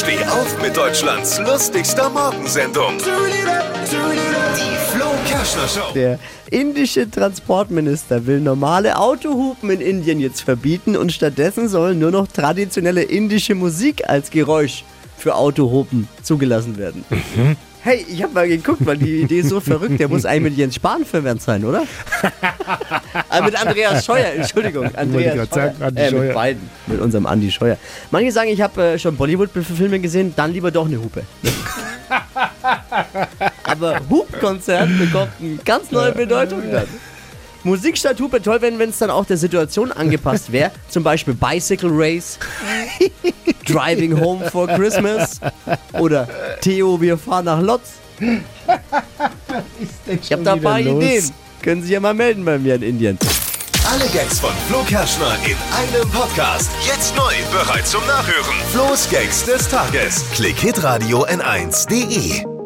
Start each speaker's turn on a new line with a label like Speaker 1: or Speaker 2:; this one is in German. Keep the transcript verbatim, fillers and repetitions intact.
Speaker 1: Steh auf mit Deutschlands lustigster Morgensendung. Die Flo Kerschner Show.
Speaker 2: Der indische Transportminister will normale Autohupen in Indien jetzt verbieten und stattdessen soll nur noch traditionelle indische Musik als Geräusch für Autohupen zugelassen werden. Mhm. Hey, ich habe mal geguckt, weil die Idee ist so verrückt. Der muss eigentlich mit Jens Spahn verwandt sein, oder? äh, mit Andreas Scheuer, Entschuldigung. Andreas
Speaker 3: ich sagen, Andi
Speaker 2: äh,
Speaker 3: Scheuer.
Speaker 2: Mit beiden, mit unserem Andi Scheuer. Manche sagen, ich habe äh, schon Bollywood-Filme gesehen, dann lieber doch eine Hupe. Aber Hupkonzert bekommt eine ganz neue Bedeutung dann. Musik statt Hupe, toll, wenn es dann auch der Situation angepasst wäre. Zum Beispiel Bicycle Race, Driving Home for Christmas oder Theo, wir fahren nach Lotz. Ich habe da ein paar
Speaker 3: los?
Speaker 2: Ideen. Können Sie ja mal melden bei mir in Indien.
Speaker 1: Alle Gags von Flo Kerschner in einem Podcast. Jetzt neu, bereit zum Nachhören. Flo's Gags des Tages. Klick hitradio n eins punkt de.